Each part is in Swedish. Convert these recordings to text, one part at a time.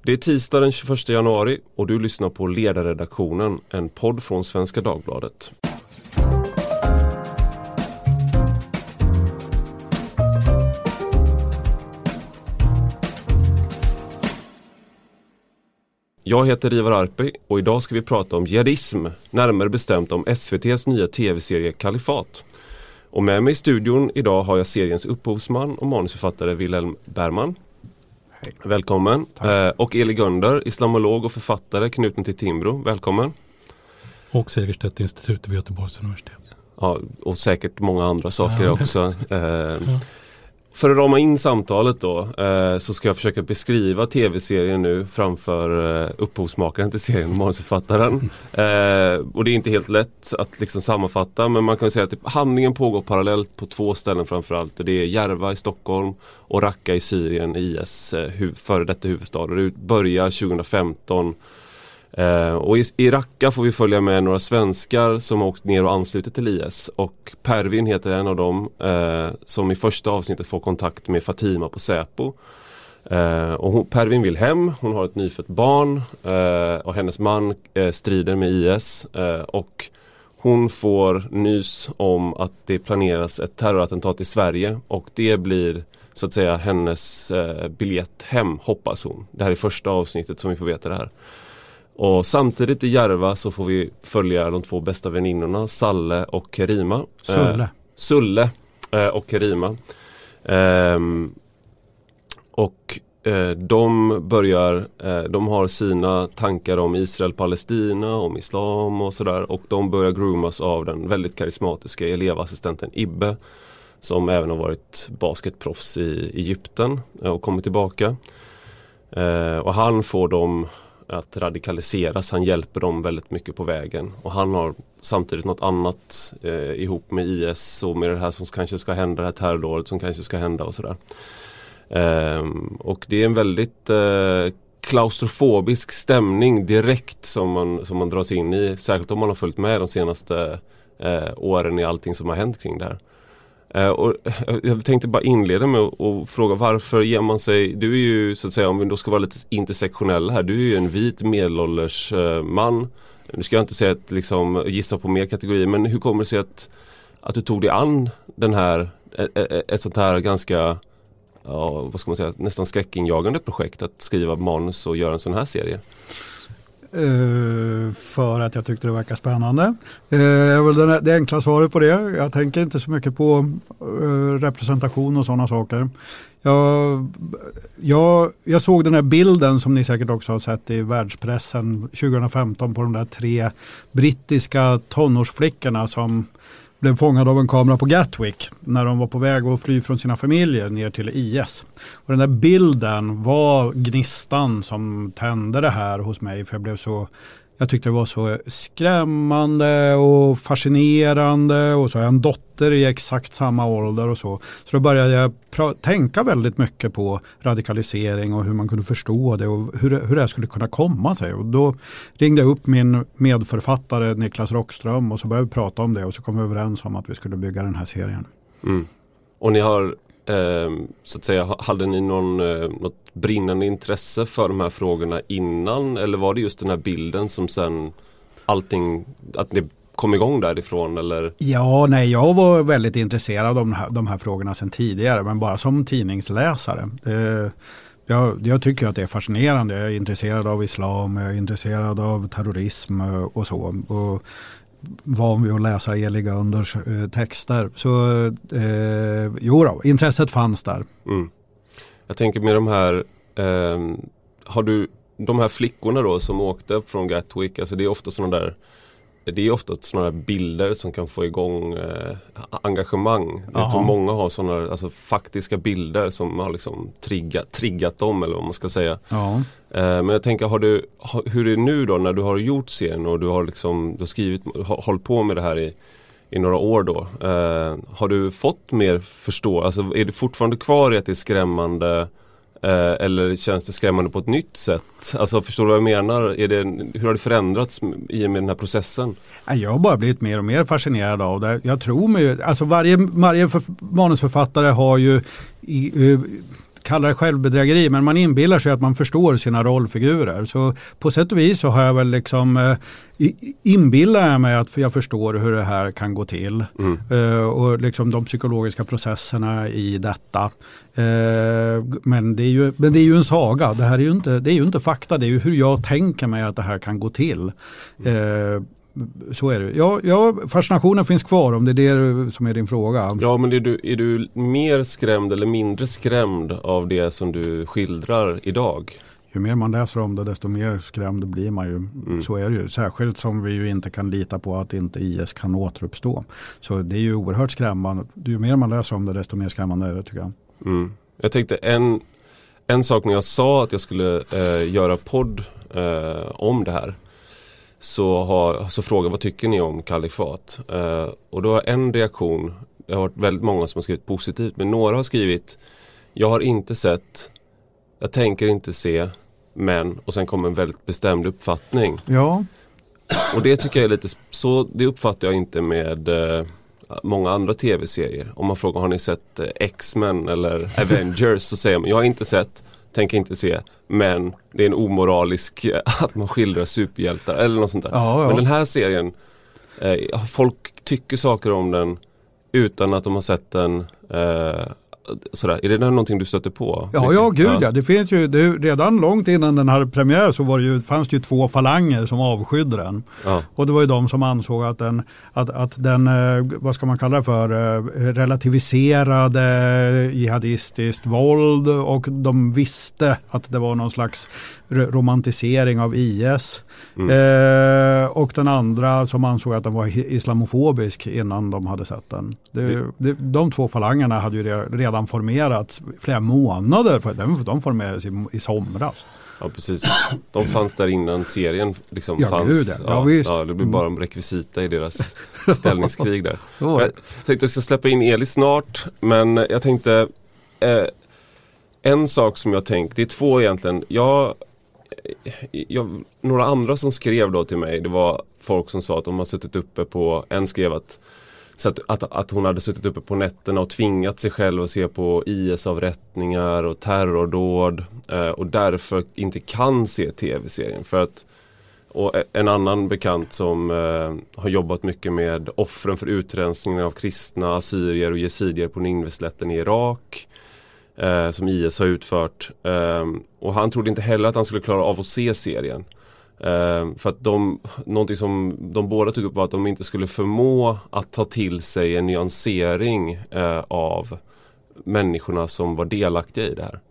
Det är tisdag den 21 januari och du lyssnar på Ledarredaktionen, en podd från Svenska Dagbladet. Jag heter Ivar Arpi och idag ska vi prata om jihadism, närmare bestämt om SVT:s nya tv-serie Kalifat. Och med mig i studion idag har jag seriens upphovsman och manusförfattare Wilhelm Bergman. Hej. Välkommen. Och Eli Gunder, islamolog och författare knuten till Timbro. Välkommen. Och Segerstedt institut vid Göteborgs universitet. Ja, och säkert många andra saker också. För att rama in samtalet då så ska jag försöka beskriva tv-serien nu framför upphovsmakaren till serien, manusförfattaren. Och det är inte helt lätt att liksom sammanfatta, men man kan säga att handlingen pågår parallellt på två ställen framförallt. Det är Järva i Stockholm och Raqqa i Syrien, IS före detta huvudstad. Och det börjar 2015. Och i Raqqa får vi följa med några svenskar som har åkt ner och anslutit till IS, och Pervin heter en av dem som i första avsnittet får kontakt med Fatima på Säpo, och Pervin vill hem, hon har ett nyfött barn och hennes man strider med IS, och hon får nys om att det planeras ett terrorattentat i Sverige, och det blir så att säga hennes biljett hem, hoppas hon. Det här är första avsnittet som vi får veta det här. Och samtidigt i Järva så får vi följa de två bästa väninnorna, Salle och Kerima. Sulle och Kerima. De har sina tankar om Israel-Palestina, om islam och sådär. Och de börjar groomas av den väldigt karismatiska elevassistenten Ibbe, som även har varit basketproffs i Egypten och kommit tillbaka. Och han får dem att radikaliseras, han hjälper dem väldigt mycket på vägen, och han har samtidigt något annat ihop med IS och med det här som kanske ska hända, det här terrordådet som kanske ska hända och sådär. Och det är en väldigt klaustrofobisk stämning direkt som man dras in i, särskilt om man har följt med de senaste åren i allting som har hänt kring det här. Och jag tänkte bara inleda med att fråga, varför ger man sig, du är ju så att säga, om vi då ska vara lite intersektionella här, du är ju en vit medelålders man, nu ska jag inte säga att liksom gissa på mer kategorier, men hur kommer det sig att du tog dig an den här, ett sånt här ganska, ja, vad ska man säga, nästan skräckinjagande projekt att skriva manus och göra en sån här serie? För att jag tyckte det verkar spännande. Det enkla svaret på det. Jag tänker inte så mycket på representation och sådana saker. Jag såg den här bilden som ni säkert också har sett i världspressen 2015 på de där 3 brittiska tonårsflickorna som blev fångade av en kamera på Gatwick när de var på väg att fly från sina familjer ner till IS. Och den där bilden var gnistan som tände det här hos mig, för jag tyckte det var så skrämmande och fascinerande, och så har jag en dotter i exakt samma ålder och så. Så då började jag tänka väldigt mycket på radikalisering och hur man kunde förstå det och hur det skulle kunna komma sig. Och då ringde jag upp min medförfattare Niklas Rockström och så började vi prata om det, och så kom vi överens om att vi skulle bygga den här serien. Mm. Och ni har så att säga, hade ni något brinnande intresse för de här frågorna innan, eller var det just den här bilden som sen allting, att det kom igång därifrån, eller? Ja, nej, jag var väldigt intresserad av de här frågorna sedan tidigare, men bara som tidningsläsare. Jag tycker att det är fascinerande. Jag är intresserad av islam, jag är intresserad av terrorism och så, och van vid att läsa Eli Gunders texter. Så intresset fanns där. Mm. Jag tänker med de här har du de här flickorna då som åkte från Gatwick, alltså det är ofta sådana där bilder som kan få igång engagemang. Jag tror många har sådana, alltså faktiska bilder som har liksom triggat dem, eller vad man ska säga. Ja. Men jag tänker, hur är det nu då när du har gjort serien och du har skrivit, hållit på med det här i några år då? Har du fått mer förstå? Alltså är det fortfarande kvar i att det är skrämmande? Eller känns det skrämmande på ett nytt sätt? Alltså, förstår du vad jag menar? Hur har det förändrats i och med den här processen? Jag har bara blivit mer och mer fascinerad av det. Jag tror mig, alltså varje manusförfattare har ju kalla det självbedrägeri, men man inbillar sig att man förstår sina rollfigurer. Så på sätt och vis så har jag väl liksom inbillar jag mig att jag förstår hur det här kan gå till. Och liksom de psykologiska processerna i detta. Men det är ju en saga. Det är ju inte fakta, det är ju hur jag tänker mig att det här kan gå till. Så är det. Ja, fascinationen finns kvar, om det är det som är din fråga. Ja, men är du mer skrämd eller mindre skrämd av det som du skildrar idag? Ju mer man läser om det, desto mer skrämd blir man ju. Så är det ju. Särskilt som vi ju inte kan lita på att inte IS kan återuppstå. Så det är ju oerhört skrämmande. Ju mer man läser om det, desto mer skrämmande är det, tycker jag. Jag tänkte en sak när jag sa att jag skulle göra podd om det här. Så frågar vad tycker ni om kalifat? Och då har en reaktion, det har varit väldigt många som har skrivit positivt, men några har skrivit jag har inte sett, jag tänker inte se, men, och sen kommer en väldigt bestämd uppfattning. Ja. Och det tycker jag är lite så, det uppfattar jag inte med många andra tv-serier. Om man frågar har ni sett X-Men eller Avengers, så säger man jag har inte sett, tänker inte se, men det är en omoralisk att man skildrar superhjältar eller något sånt där. Ja. Men den här serien, folk tycker saker om den utan att de har sett den. Sådär. Är det någonting du stöter på? Ja, gud ja. Det finns ju, redan långt innan den här premiär så fanns det ju 2 falanger som avskydde den. Ja. Och det var ju de som ansåg att den vad ska man kalla det för, relativiserade jihadistiskt våld, och de visste att det var någon slags romantisering av IS. Och den andra som ansåg att den var islamofobisk innan de hade sett den. De 2 falangerna hade ju redan formerats flera månader, för de formerades i somras. Ja, precis. De fanns där innan serien liksom fanns. Gud, ja, det blir bara en rekvisita i deras ställningskrig där. Jag tänkte att jag ska släppa in Eli snart, men jag tänkte en sak som jag tänkte, det är 2 egentligen. Några andra som skrev då till mig, det var folk som sa att de har suttit uppe på, en skrev att hon hade suttit uppe på nätterna och tvingat sig själv att se på IS-avrättningar och terrordåd och därför inte kan se tv-serien. Och en annan bekant som har jobbat mycket med offren för utrensningen av kristna, assyrier och jesidier på Nineveslätten i Irak, som IS har utfört. Och han trodde inte heller att han skulle klara av att se serien. För att någonting som de båda tog upp var att de inte skulle förmå att ta till sig en nyansering av människorna som var delaktiga i det här.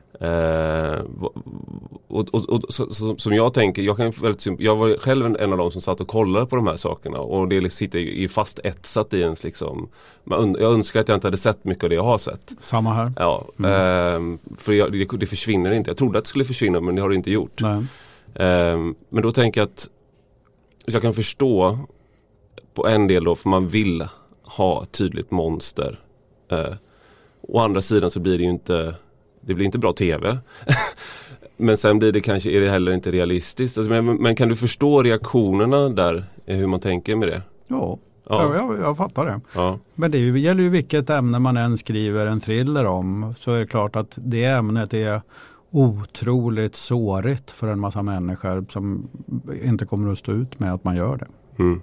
Som jag tänker, jag var själv en av de som satt och kollade på de här sakerna, och det sitter ju fast etsat i ens liksom, jag önskar att jag inte hade sett mycket av det jag har sett. Samma här. Ja, för det försvinner inte. Jag trodde att det skulle försvinna, men det har det inte gjort. Nej. Men då tänker jag att jag kan förstå på en del då, för man vill ha ett tydligt monster. Å andra sidan så blir det ju inte, det blir inte bra tv. Men sen blir det kanske, är det heller inte realistiskt. Alltså, men kan du förstå reaktionerna där, hur man tänker med det? Ja. Jag fattar det. Ja. Men det gäller ju vilket ämne man än skriver en thriller om, så är det klart att det ämnet är otroligt sårigt för en massa människor som inte kommer att stå ut med att man gör det.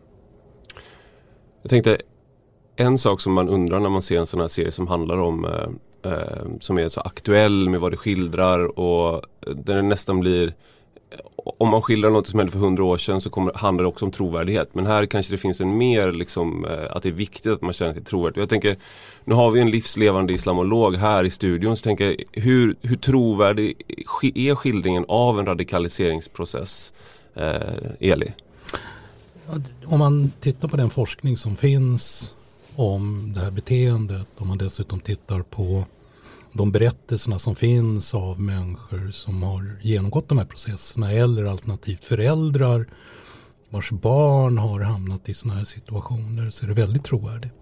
Jag tänkte, en sak som man undrar när man ser en sån här serie som handlar om som är så aktuell med vad det skildrar, och den nästan blir, om man skildrar något som hände för 100 år sedan så handlar det också om trovärdighet, men här kanske det finns en mer liksom, att det är viktigt att man känner till trovärdighet. Jag tänker, nu har vi en livslevande islamolog här i studion, så tänker jag, hur trovärdig är skildringen av en radikaliseringsprocess, Eli? Om man tittar på den forskning som finns om det här beteendet, om man dessutom tittar på de berättelserna som finns av människor som har genomgått de här processerna, eller alternativt föräldrar vars barn har hamnat i såna här situationer, så är det väldigt trovärdigt.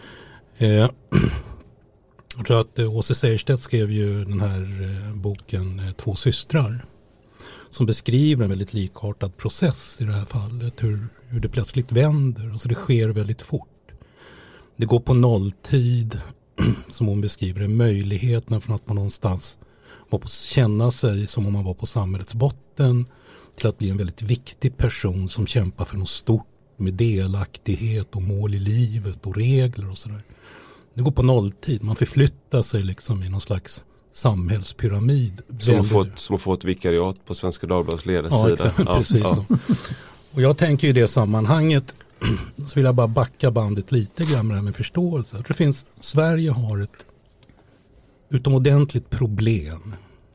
Jag tror att Åse Segerstedt skrev ju den här boken 2 systrar, som beskriver en väldigt likartad process i det här fallet, hur det plötsligt vänder, alltså det sker väldigt fort. Det går på nolltid som hon beskriver, är möjligheten från att man någonstans var på känna sig som om man var på samhällets botten till att bli en väldigt viktig person som kämpar för något stort med delaktighet och mål i livet och regler och sådär. Det går på nolltid. Man förflyttar sig liksom i någon slags samhällspyramid. Som att få ett vikariat på Svenska Dagbladets ledarsida. Ja, precis så. Och jag tänker i det sammanhanget så vill jag bara backa bandet lite grann med det här med förståelse. Jag tror Sverige har ett utomordentligt problem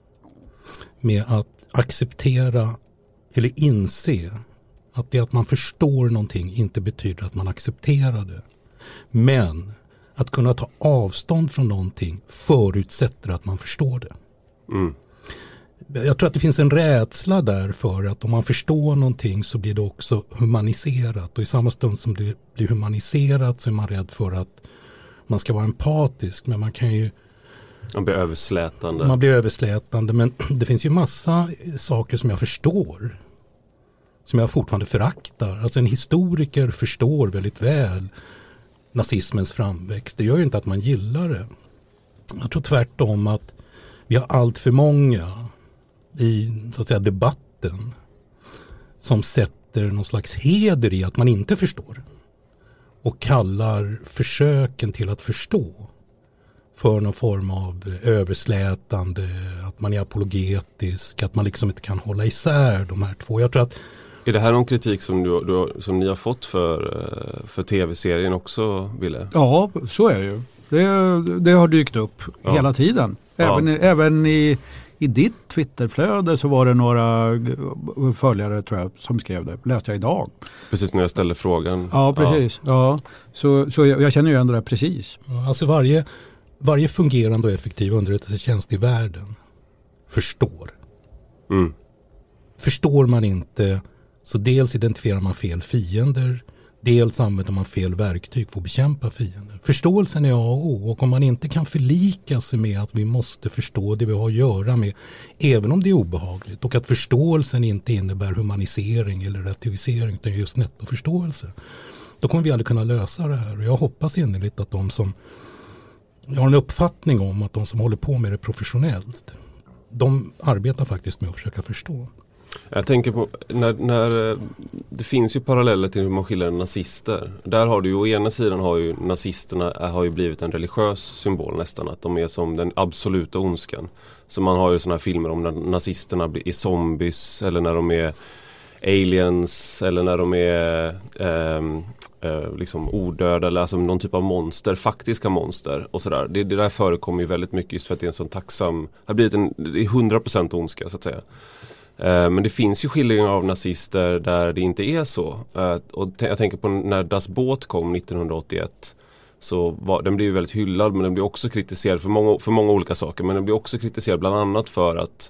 med att acceptera eller inse att det att man förstår någonting inte betyder att man accepterar det. Men att kunna ta avstånd från någonting förutsätter att man förstår det. Mm. Jag tror att det finns en rädsla där för att om man förstår någonting så blir det också humaniserat. Och i samma stund som det blir humaniserat så är man rädd för att man ska vara empatisk. Men man kan ju... Man blir överslätande. Man blir överslätande, men det finns ju massa saker som jag förstår. Som jag fortfarande föraktar. Alltså en historiker förstår väldigt väl nazismens framväxt. Det gör ju inte att man gillar det. Jag tror tvärtom att vi har allt för många i så att säga debatten som sätter någon slags heder i att man inte förstår och kallar försöken till att förstå för någon form av överslätande, att man är apologetisk, att man liksom inte kan hålla isär de här två. Jag tror att är det här någon kritik som som ni har fått för tv-serien också, Ville? Ja, så är det ju. Det har dykt upp hela tiden. Även i ditt Twitterflöde så var det några följare tror jag som skrev det. Läste jag idag. Precis när jag ställde frågan. Ja, precis. Ja. Så jag känner ju ändå det precis. Alltså varje fungerande och effektiv underrättelsetjänst i världen förstår. Mm. Förstår man inte så dels identifierar man fel fiender, dels använder man fel verktyg för att bekämpa fiender. Förståelsen är A och O, och om man inte kan förlika sig med att vi måste förstå det vi har att göra med, även om det är obehagligt, och att förståelsen inte innebär humanisering eller relativisering utan just nettoförståelse, då kommer vi aldrig kunna lösa det här. Och jag hoppas innerligt att jag har en uppfattning om att de som håller på med det professionellt, de arbetar faktiskt med att försöka förstå. Jag tänker på när det finns ju paralleller till hur man skiljer nazister. Där har du ju å ena sidan har ju nazisterna har ju blivit en religiös symbol nästan, att de är som den absoluta ondskan. Så man har ju såna här filmer om när nazisterna är zombies eller när de är aliens eller när de är liksom odöda eller alltså någon typ av monster, faktiska monster och sådär. Det där förekommer ju väldigt mycket just för att det är en sån tacksam, det är 100% ondska så att säga. Men det finns ju skildringar av nazister där det inte är så. Och jag tänker på när Das Boot kom 1981 så den blev ju väldigt hyllad, men den blev också kritiserad för många olika saker, men den blev också kritiserad bland annat för att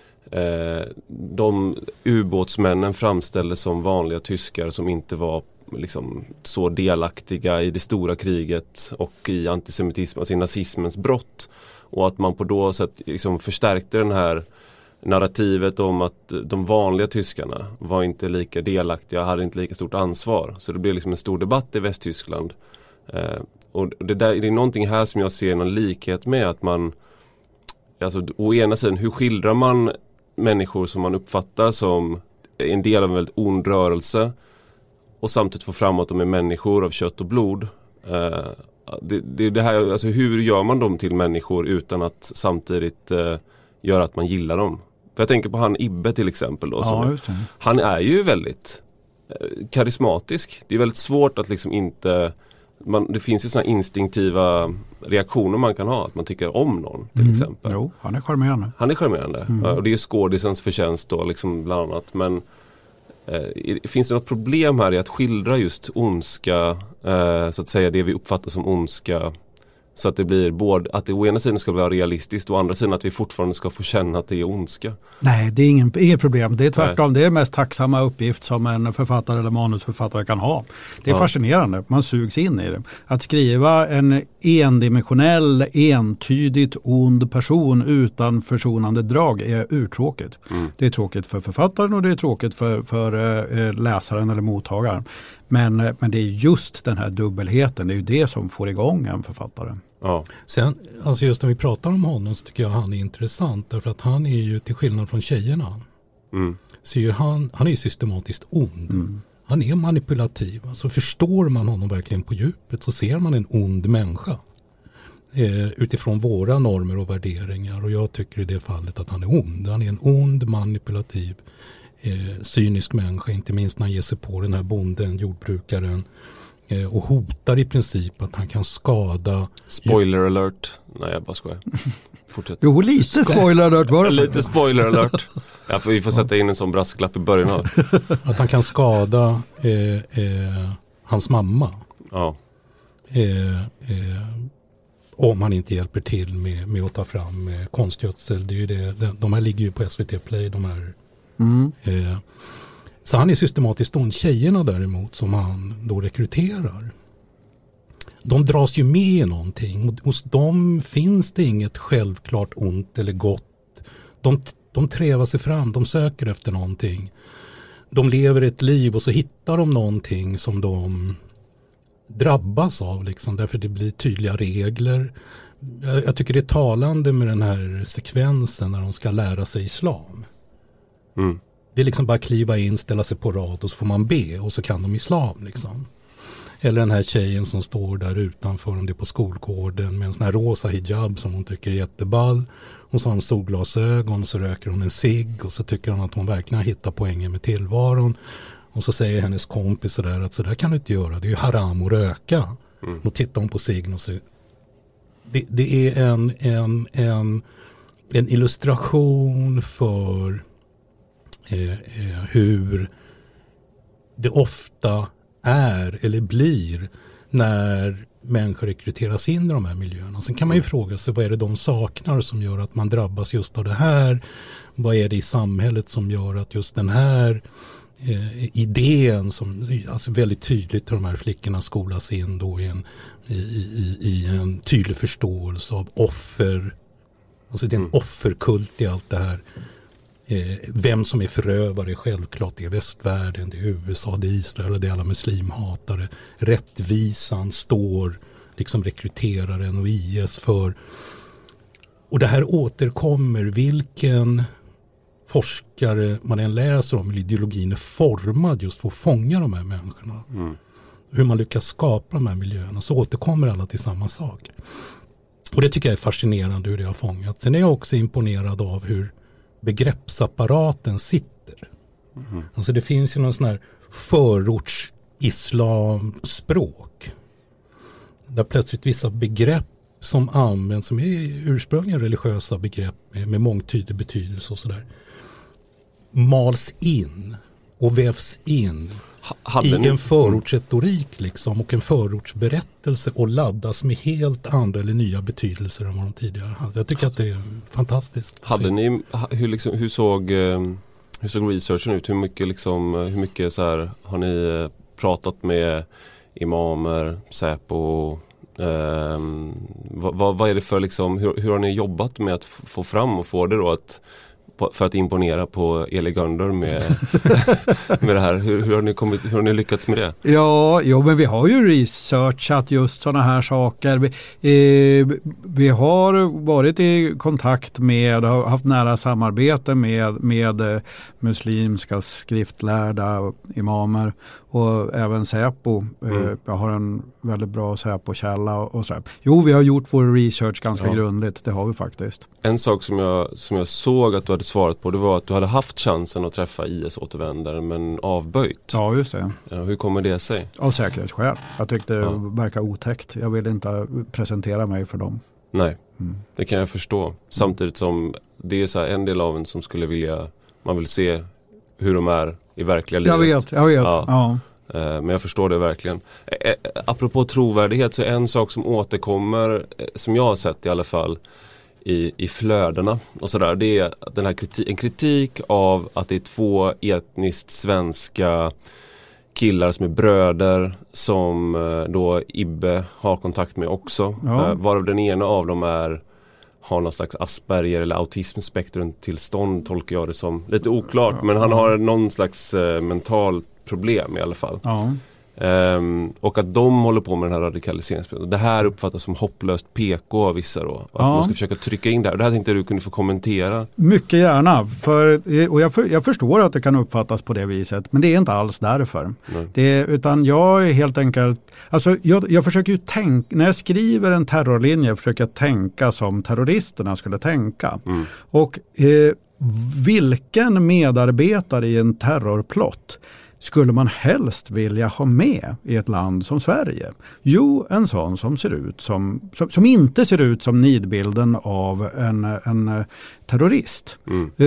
de ubåtsmännen framställdes som vanliga tyskar som inte var liksom så delaktiga i det stora kriget och i antisemitism, alltså i nazismens brott, och att man på då sätt liksom förstärkte den här narrativet om att de vanliga tyskarna var inte lika delaktiga, hade inte lika stort ansvar. Så det blev liksom en stor debatt i Västtyskland. Och det är någonting här som jag ser någon likhet med, att man, alltså å ena sidan, hur skildrar man människor som man uppfattar som en del av en väldigt ond rörelse och samtidigt få fram att de är människor av kött och blod. Det här, alltså hur gör man dem till människor utan att samtidigt göra att man gillar dem? För jag tänker på han Ibbe till exempel då, han är ju väldigt karismatisk. Det är väldigt svårt att liksom inte det finns ju såna instinktiva reaktioner man kan ha, att man tycker om någon till exempel. Jo, han är charmerande. Och det är ju skådisens förtjänst då liksom bland annat, men finns det något problem här i att skildra just ondska, så att säga det vi uppfattar som ondska, så att det blir både att det å ena sidan ska vara realistiskt och å andra sidan att vi fortfarande ska få känna att det är ondska? Nej, det är inget problem. Det är tvärtom. Det är den mest tacksamma uppgift som en författare eller manusförfattare kan ha. Det är fascinerande. Man sugs in i det. Att skriva en endimensionell, entydigt ond person utan försonande drag är urtråkigt. Det är tråkigt för författaren och det är tråkigt för läsaren eller mottagaren. Men det är just den här dubbelheten, det är ju det som får igång en författare. Ja. Sen, alltså just när vi pratar om honom så tycker jag han är intressant därför att han är ju till skillnad från tjejerna. Så är han är ju systematiskt ond. Han är manipulativ. Alltså förstår man honom verkligen på djupet så ser man en ond människa. Utifrån våra normer och värderingar. Och jag tycker i det fallet att han är ond. Han är en ond, manipulativ, cynisk människa. Inte minst när han ger sig på den här bonden, jordbrukaren. Och hotar i princip att han kan skada... Spoiler alert. Nej, jag bara skojar. Fortsätt. Jo, lite spoiler alert var det. Lite spoiler alert. Ja, för vi får sätta in en sån brasklapp i början av. Att han kan skada hans mamma. Ja. Om han inte hjälper till med att ta fram konstgödsel. Det är ju det, de här ligger ju på SVT Play, de här. Så han är systematiskt ond. Tjejerna däremot som han då rekryterar. De dras ju med i någonting. Hos dem finns det inget självklart ont eller gott. De trävar sig fram, de söker efter någonting. De lever ett liv och så hittar de någonting som de drabbas av liksom, därför det blir tydliga regler. Jag tycker det är talande med den här sekvensen när de ska lära sig islam. Det är liksom bara kliva in, ställa sig på rad och så får man be och så kan de islam liksom. Eller den här tjejen som står där utanför, om det är på skolgården med en sån här rosa hijab som hon tycker är jätteball. Och så har hon solglasögon och så röker hon en cigg och så tycker hon att hon verkligen har hittat poängen med tillvaron. Och så säger hennes kompis så där att så där kan du inte göra, det är ju haram att röka. Och tittar hon på ciggen och så... Det är en illustration för hur det ofta är eller blir när människor rekryteras in i de här miljöerna. Sen kan man ju fråga sig, vad är det de saknar som gör att man drabbas just av det här? Vad är det i samhället som gör att just den här idén som alltså väldigt tydligt till de här flickorna skolas in då i en tydlig förståelse av offer. Alltså det är en offerkult i allt det här. Vem som är förövare är självklart, det är västvärlden, det är USA, det är Israel, det är alla muslimhatare. Rättvisan står liksom rekryteraren och IS för. Och det här återkommer, vilken forskare man än läser om, ideologin är formad just för att fånga de här människorna. Hur man lyckas skapa de här miljöerna, så återkommer alla till samma sak. Och det tycker jag är fascinerande hur det har fångat. Sen är jag också imponerad av hur begreppsapparaten sitter. Alltså det finns ju någon sån här förorts-islamspråk. Där plötsligt vissa begrepp som används, som är ursprungligen religiösa begrepp med mångtydig betydelse och sådär, mals in och vävs in i en förortsretorik liksom, och en förortsberättelse och laddas med helt andra eller nya betydelser än vad de tidigare hade. Jag tycker att det är fantastiskt. Hur såg researchen ut? Hur mycket så här, har ni pratat med imamer, Säpo? Vad är det för liksom, hur har ni jobbat med att få fram och få det då för att imponera på Eli Gunder med det här? Hur har ni lyckats med det? Ja, men vi har ju researchat just sådana här saker. Vi har varit i kontakt med, har haft nära samarbete med muslimska skriftlärda imamer och även Säpo. Jag har en väldigt bra Säpo-källa och så. Jo, vi har gjort vår research ganska grundligt, det har vi faktiskt. En sak som jag såg att du hade svarat på, det var att du hade haft chansen att träffa IS-återvändare men avböjt. Ja, just det. Hur kommer det sig? Av säkerhetsskäl. Jag tyckte det verkar otäckt. Jag ville inte presentera mig för dem. Nej, det kan jag förstå. Samtidigt som det är så här en del av en som skulle vilja, man vill se hur de är i verkliga livet. Jag vet. Ja. Men jag förstår det verkligen. Apropå trovärdighet, så är en sak som återkommer, som jag har sett i alla fall i flödena och sådär, det är den här en kritik av att det är två etniskt svenska killar som är bröder som då Ibbe har kontakt med också. Varav den ena av dem har någon slags Asperger eller autismspektrumtillstånd, tolkar jag det som. Lite oklart, men han har någon slags mentalt problem i alla fall. Och att de håller på med den här radikaliseringsprocessen. Det här uppfattas som hopplöst PK av vissa då. Att man ska försöka trycka in det här. Det här tänkte du kunde få kommentera. Mycket gärna. Och jag förstår att det kan uppfattas på det viset. Men det är inte alls därför. Utan jag är helt enkelt... Alltså jag försöker ju tänka... När jag skriver en terrorlinje försöker jag tänka som terroristerna skulle tänka. Och vilken medarbetare i en terrorplott skulle man helst vilja ha med i ett land som Sverige? Jo, en sån som ser ut som inte ser ut som nidbilden av en terrorist.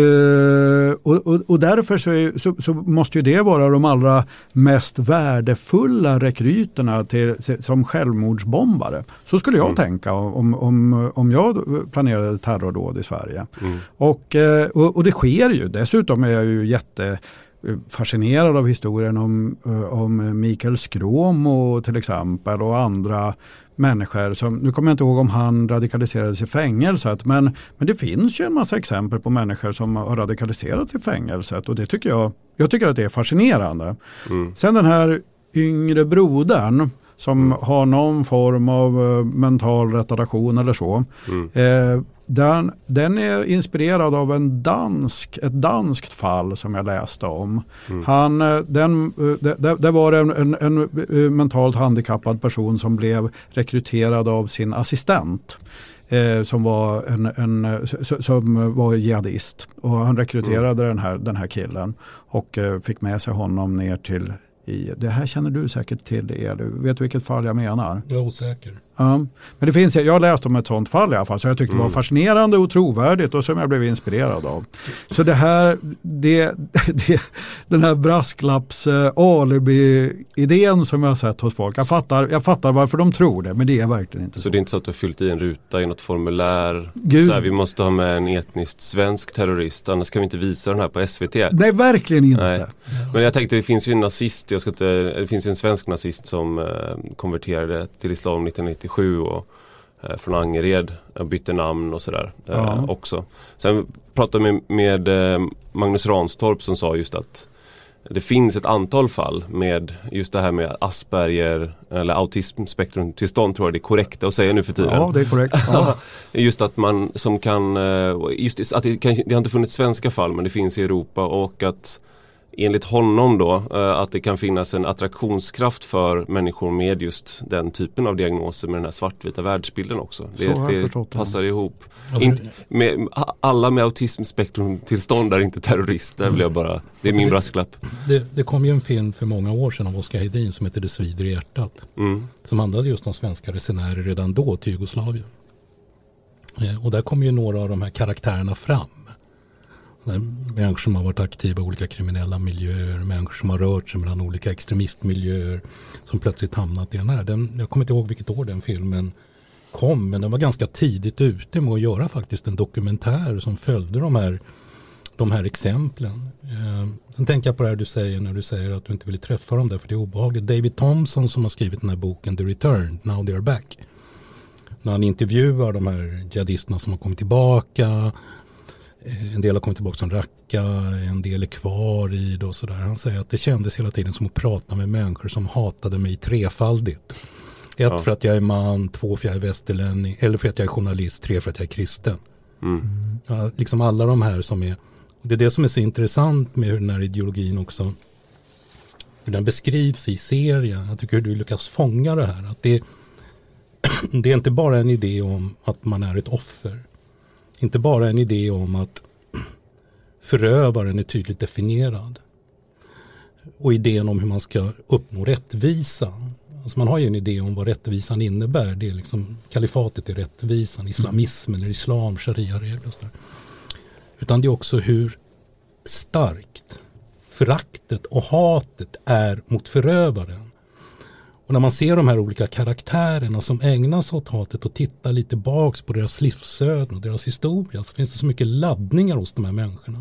Och därför så måste ju det vara de allra mest värdefulla rekryterna som självmordsbombare. Så skulle jag tänka om jag planerade terrordåd i Sverige. Och det sker ju. Dessutom är jag ju fascinerad av historien om Mikael Skråmo till exempel och andra människor som, nu kommer jag inte ihåg om han radikaliserades i fängelset, men det finns ju en massa exempel på människor som har radikaliserats i fängelset och det tycker jag tycker att det är fascinerande. Sen den här yngre brodern som har någon form av mental retardation eller så. Den är inspirerad av ett danskt fall som jag läste om. Det var en mentalt handikappad person som blev rekryterad av sin assistent. Som var jihadist. Och han rekryterade den här killen och fick med sig honom ner till det här känner du säkert till det. Du vet vilket fall jag menar? Jag är osäker. Men det finns, jag har läst om ett sånt fall i alla fall, så jag tyckte det var fascinerande och trovärdigt och som jag blev inspirerad av. Så det här, den här brasklapps-alibi-idén som jag har sett hos folk, jag fattar varför de tror det, men det är verkligen inte så. Så det är inte så att du har fyllt i en ruta i något formulär? Så här, vi måste ha med en etniskt svensk terrorist, annars kan vi inte visa den här på SVT. Nej, verkligen inte. Nej. Men jag tänkte, det finns ju en nazist, det finns ju en svensk nazist som konverterade till islam 1997 och från Angered, bytte namn och sådär också. Sen pratade jag med Magnus Ranstorp som sa just att det finns ett antal fall med just det här med Asperger eller autismspektrumtillstånd, tror jag det är korrekt att säga nu för tiden. Ja, det är korrekt. Ja. Just att man som kan, just att det har inte funnits svenska fall, men det finns i Europa, och att enligt honom då att det kan finnas en attraktionskraft för människor med just den typen av diagnoser med den här svartvita världsbilden också. Det passar ihop. Alla med autismspektrumtillstånd är inte terrorister, vill jag bara. Det är min brasklapp. Det kom ju en film för många år sedan av Oscar Hedin som heter Det svider i hjärtat. Som handlade just om svenska resenärer redan då till Jugoslavien. Och där kom ju några av de här karaktärerna fram. Människor som har varit aktiva i olika kriminella miljöer, människor som har rört sig mellan olika extremistmiljöer, som plötsligt hamnat i den här. Jag kommer inte ihåg vilket år den filmen kom, men den var ganska tidigt ute med att göra faktiskt en dokumentär som följde de här exemplen. Sen tänker jag på det här du säger när du säger att du inte vill träffa dem där för det är obehagligt. David Thompson som har skrivit den här boken The Return, Now They Are Back. När han intervjuar de här jihadisterna som har kommit tillbaka. En del har kommit tillbaka som racka, en del är kvar i det och sådär. Han säger att det kändes hela tiden som att prata med människor som hatade mig trefaldigt. För att jag är man, 2 för jag är västerlänning, eller för att jag är journalist, 3 för att jag är kristen. Ja, liksom alla de här som är, det är det som är så intressant med den här ideologin också. Hur den beskrivs i serien. Jag tycker hur du lyckas fånga det här. Att det är inte bara en idé om att man är ett offer. Inte bara en idé om att förövaren är tydligt definierad. Och idén om hur man ska uppnå rättvisa. Alltså man har ju en idé om vad rättvisan innebär. Det är liksom kalifatet är rättvisan, islamismen eller islam, sharia-regler och sådär. Utan det är också hur starkt föraktet och hatet är mot förövaren. Och när man ser de här olika karaktärerna som ägnar sig åt hatet och tittar lite baks på deras livsöden och deras historia, så finns det så mycket laddningar hos de här människorna.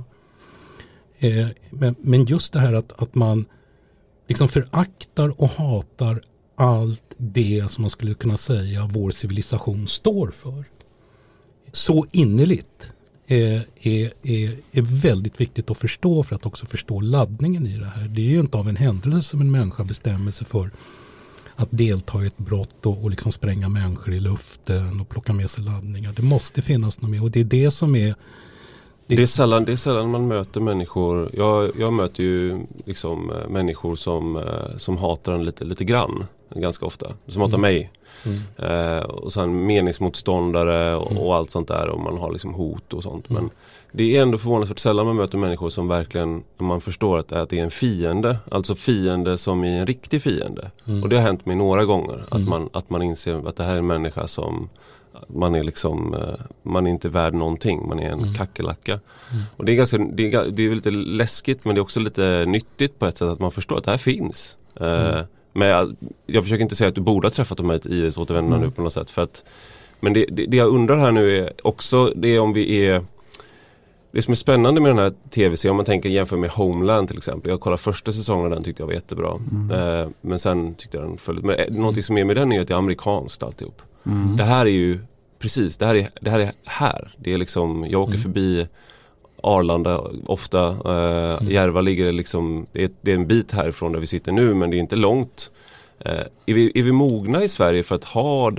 Men just det här att man liksom föraktar och hatar allt det som man skulle kunna säga vår civilisation står för. Så innerligt är väldigt viktigt att förstå för att också förstå laddningen i det här. Det är ju inte av en händelse som en människa bestämmer sig för att delta i ett brott och liksom spränga människor i luften och plocka med sig laddningar. Det måste finnas något mer och det är det som är... Det är sällan man möter människor. Jag möter ju liksom människor som hatar en lite grann, ganska ofta. Som hatar mig. Och sen meningsmotståndare och allt sånt där, och man har liksom hot och sånt. Men det är ändå förvånansvärt sällan man möter människor som verkligen, man förstår att det är en fiende, alltså fiende som är en riktig fiende. Och det har hänt mig några gånger, att man inser att det här är en människa som man är liksom, man är inte värd någonting, man är en kackerlacka. Och det är lite läskigt, men det är också lite nyttigt på ett sätt att man förstår att det här finns. Men jag försöker inte säga att du borde ha träffat dem med ett IS-återvändande nu på något sätt. För att, men det jag undrar här nu är också, det är om vi är... Det som är spännande med den här tv-serien, om man tänker jämför med Homeland till exempel. Jag kollade första säsongen, den tyckte jag var jättebra. Men sen tyckte jag den följde. Men någonting som är med den är att det är amerikanskt alltihop. Det här är ju precis, det här är här. Det är liksom, jag åker förbi Arlanda ofta, Järva ligger liksom, det är en bit härifrån där vi sitter nu, men det är inte långt. Är vi mogna i Sverige för att ha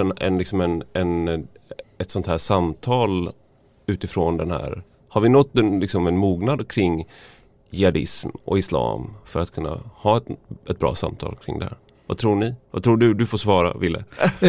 ett sånt här samtal utifrån den här, har vi nått en mognad kring jihadism och islam för att kunna ha ett bra samtal kring det här? Vad tror ni? Vad tror du? Du får svara, Ville.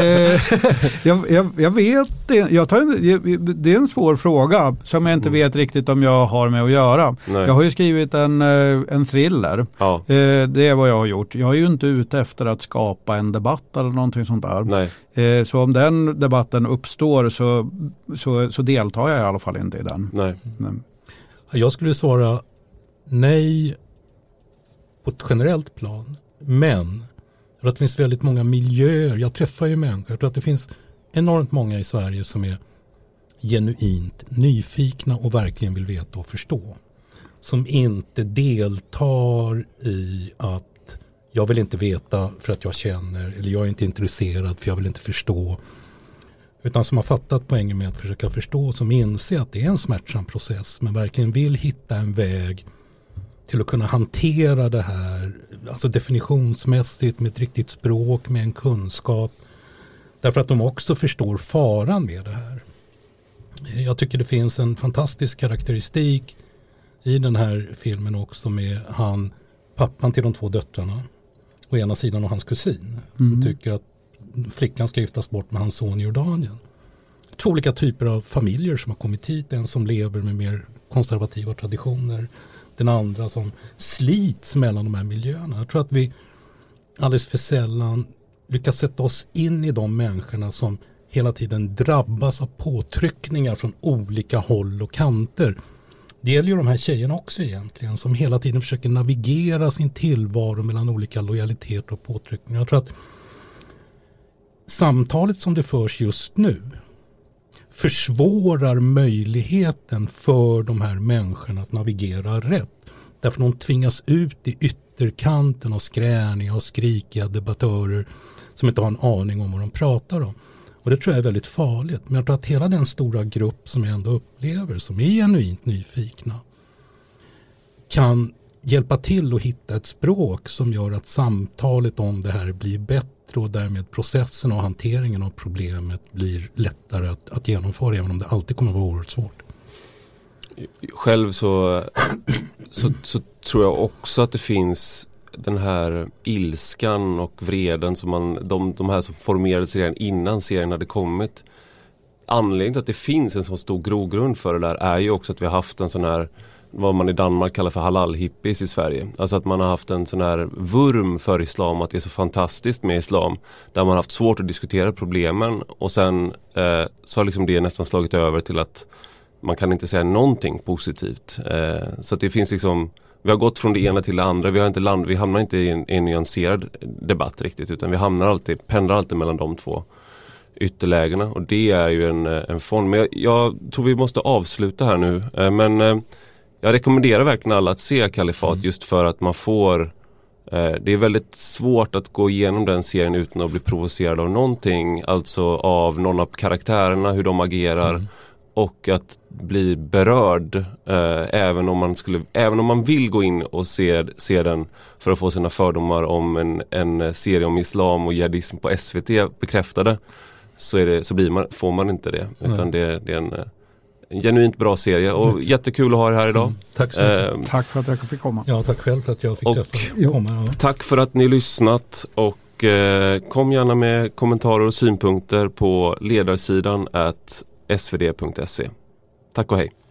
Jag vet det. Det är en svår fråga som jag inte vet riktigt om jag har med att göra. Nej. Jag har ju skrivit en thriller. Ja. Det är vad jag har gjort. Jag är ju inte ute efter att skapa en debatt eller någonting sånt där. Nej. Så om den debatten uppstår så deltar jag i alla fall inte i den. Nej. Jag skulle svara nej på ett generellt plan. Men jag tror att det finns väldigt många miljöer. Jag träffar ju människor. Jag tror att det finns enormt många i Sverige som är genuint nyfikna och verkligen vill veta och förstå. Som inte deltar i att jag vill inte veta för att jag känner, eller jag är inte intresserad för jag vill inte förstå. Utan som har fattat poängen med att försöka förstå, som inser att det är en smärtsam process men verkligen vill hitta en väg till att kunna hantera det här, alltså definitionsmässigt med ett riktigt språk, med en kunskap. Därför att de också förstår faran med det här. Jag tycker det finns en fantastisk karaktäristik i den här filmen också med pappan till de 2 döttrarna å ena sidan och hans kusin. Som tycker att flickan ska giftas bort med hans son i Jordanien. 2 olika typer av familjer som har kommit hit. En som lever med mer konservativa traditioner. Den andra som slits mellan de här miljöerna. Jag tror att vi alldeles för sällan lyckas sätta oss in i de människorna som hela tiden drabbas av påtryckningar från olika håll och kanter. Det gäller ju de här tjejerna också egentligen, som hela tiden försöker navigera sin tillvaro mellan olika lojaliteter och påtryckningar. Jag tror att samtalet som det förs just nu försvårar möjligheten för de här människorna att navigera rätt. Därför de tvingas ut i ytterkanten av skräniga och skrikiga debattörer som inte har en aning om vad de pratar om. Och det tror jag är väldigt farligt. Men jag tror att hela den stora grupp som jag ändå upplever, som är genuint nyfikna, kan hjälpa till att hitta ett språk som gör att samtalet om det här blir bättre och därmed processen och hanteringen av problemet blir lättare att genomföra, även om det alltid kommer att vara oerhört svårt. Själv så tror jag också att det finns den här ilskan och vreden som de här som formerades redan innan serien hade kommit. Anledningen till att det finns en så stor grogrund för det där är ju också att vi har haft en sån här, vad man i Danmark kallar för halal-hippies i Sverige. Alltså att man har haft en sån här vurm för islam, att det är så fantastiskt med islam. Där man har haft svårt att diskutera problemen och sen så har liksom det nästan slagit över till att man kan inte säga någonting positivt. Så att det finns liksom, vi har gått från det ena till det andra. Vi hamnar inte i en nyanserad debatt riktigt, utan vi pendlar alltid mellan de 2 ytterlägena. Och det är ju en form. Men jag tror vi måste avsluta här nu. Men jag rekommenderar verkligen alla att se Kalifat just för att man får... det är väldigt svårt att gå igenom den serien utan att bli provocerad av någonting. Alltså av någon av karaktärerna, hur de agerar. och att bli berörd även om man vill gå in och se den för att få sina fördomar om en serie om islam och jihadism på SVT bekräftade, får man inte det, utan det är en genuint bra serie och jättekul att ha er här idag. Tack så mycket. Tack för att jag fick komma. Ja, tack själv för att jag fick komma. Ja. Tack för att ni lyssnat och kom gärna med kommentarer och synpunkter på ledarsidan @svd.se. Tack och hej.